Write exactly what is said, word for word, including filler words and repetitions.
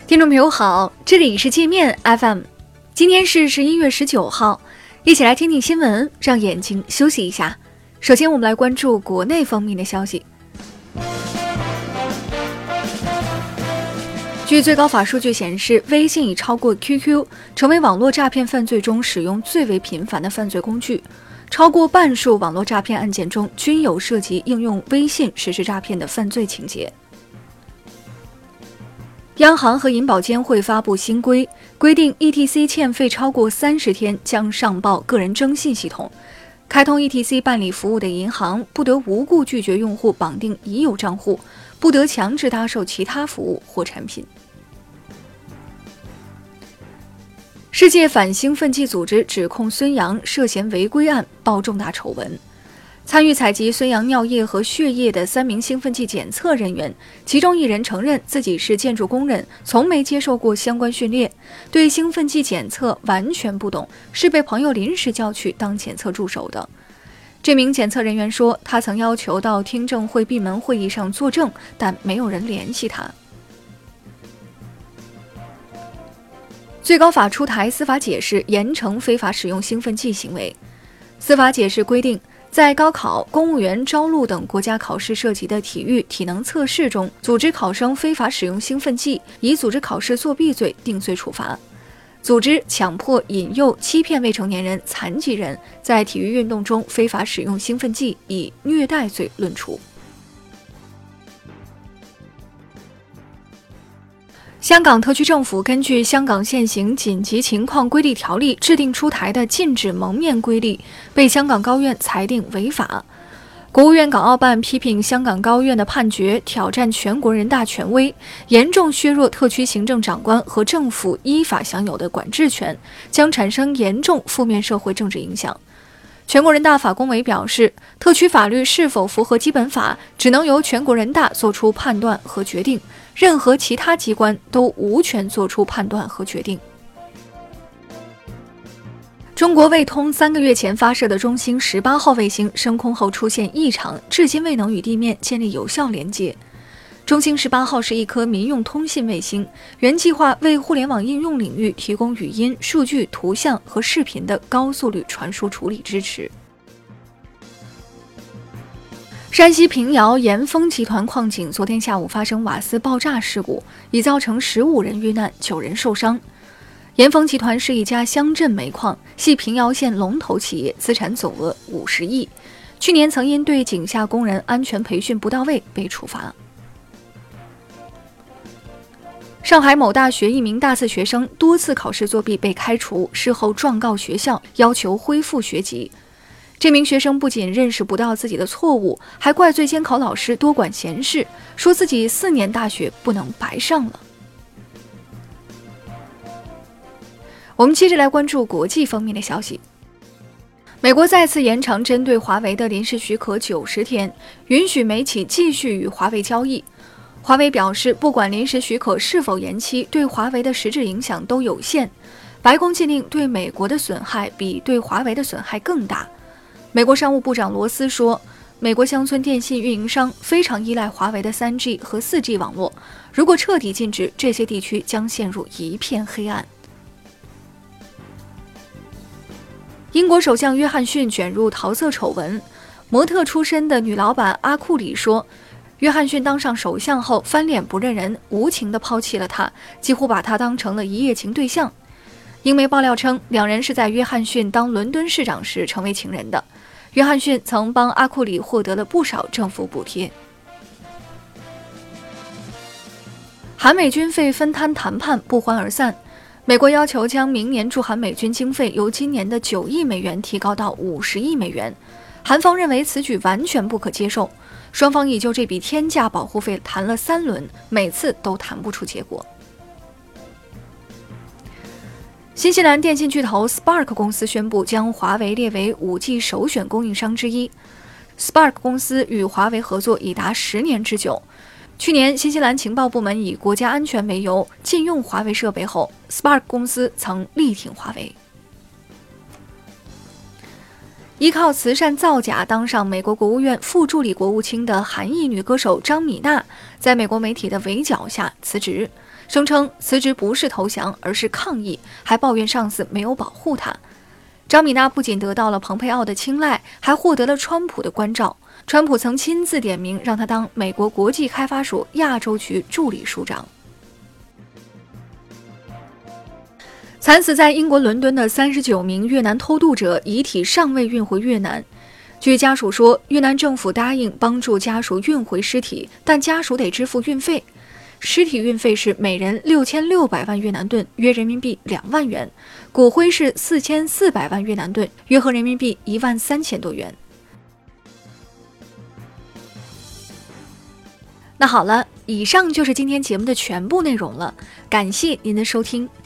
听众朋友好，这里是界面 F M， 今天是十一月十九号，一起来听听新闻，让眼睛休息一下。首先我们来关注国内方面的消息。据最高法数据显示，微信已超过 Q Q 成为网络诈骗犯罪中使用最为频繁的犯罪工具，超过半数网络诈骗案件中均有涉及应用微信实施诈骗的犯罪情节。央行和银保监会发布新规，规定 E T C 欠费超过三十天将上报个人征信系统。开通 E T C 办理服务的银行不得无故拒绝用户绑定已有账户，不得强制搭售其他服务或产品。世界反兴奋剂组织指控孙杨涉嫌违规案爆重大丑闻。参与采集孙杨尿液和血液的三名兴奋剂检测人员，其中一人承认自己是建筑工人，从没接受过相关训练，对兴奋剂检测完全不懂，是被朋友临时叫去当检测助手的。这名检测人员说，他曾要求到听证会闭门会议上作证，但没有人联系他。最高法出台司法解释，严惩非法使用兴奋剂行为。司法解释规定，在高考、公务员招录等国家考试涉及的体育、体能测试中，组织考生非法使用兴奋剂，以组织考试作弊罪定罪处罚；组织、强迫、引诱、欺骗未成年人、残疾人在体育运动中非法使用兴奋剂，以虐待罪论处。香港特区政府根据香港现行紧急情况规例条例制定出台的禁止蒙面规例，被香港高院裁定违法。国务院港澳办批评香港高院的判决挑战全国人大权威，严重削弱特区行政长官和政府依法享有的管制权，将产生严重负面社会政治影响。全国人大法工委表示，特区法律是否符合基本法，只能由全国人大作出判断和决定，任何其他机关都无权作出判断和决定。中国卫通三个月前发射的中星十八号卫星升空后出现异常，至今未能与地面建立有效连接。中星十八号是一颗民用通信卫星，原计划为互联网应用领域提供语音、数据、图像和视频的高速率传输处理支持。山西平遥岩峰集团矿井昨天下午发生瓦斯爆炸事故，已造成十五人遇难，九人受伤。岩峰集团是一家乡镇煤矿，系平遥县龙头企业，资产总额五十亿。去年曾因对井下工人安全培训不到位被处罚。上海某大学一名大四学生多次考试作弊被开除，事后状告学校，要求恢复学籍。这名学生不仅认识不到自己的错误，还怪罪监考老师多管闲事，说自己四年大学不能白上了。我们接着来关注国际方面的消息。美国再次延长针对华为的临时许可九十天，允许美企继续与华为交易。华为表示，不管临时许可是否延期，对华为的实质影响都有限。白宫禁令对美国的损害比对华为的损害更大。美国商务部长罗斯说，美国乡村电信运营商非常依赖华为的 三 G 和 四 G 网络，如果彻底禁止，这些地区将陷入一片黑暗。英国首相约翰逊卷入桃色丑闻，模特出身的女老板阿库里说，约翰逊当上首相后翻脸不认人，无情地抛弃了他，几乎把他当成了一夜情对象。英媒爆料称，两人是在约翰逊当伦敦市长时成为情人的。约翰逊曾帮阿库里获得了不少政府补贴。韩美军费分摊谈判不欢而散，美国要求将明年驻韩美军经费由今年的九亿美元提高到五十亿美元。韩方认为此举完全不可接受，双方已就这笔天价保护费谈了三轮，每次都谈不出结果。新西兰电信巨头 Spark 公司宣布将华为列为 五 G 首选供应商之一。Spark 公司与华为合作已达十年之久。去年，新西兰情报部门以国家安全为由禁用华为设备后， Spark 公司曾力挺华为。 依靠慈善造假当上美国国务院副助理国务卿的韩裔女歌手张米娜，在美国媒体的围剿下辞职，声称辞职不是投降，而是抗议，还抱怨上司没有保护她。张米娜不仅得到了蓬佩奥的青睐，还获得了川普的关照。川普曾亲自点名让她当美国国际开发署亚洲区助理署长。惨死在英国伦敦的三十九名越南偷渡者遗体尚未运回越南。据家属说，越南政府答应帮助家属运回尸体，但家属得支付运费。尸体运费是每人六千六百万越南盾，约人民币两万元；骨灰是四千四百万越南盾，约合人民币一万三千多元。那好了，以上就是今天节目的全部内容了，感谢您的收听。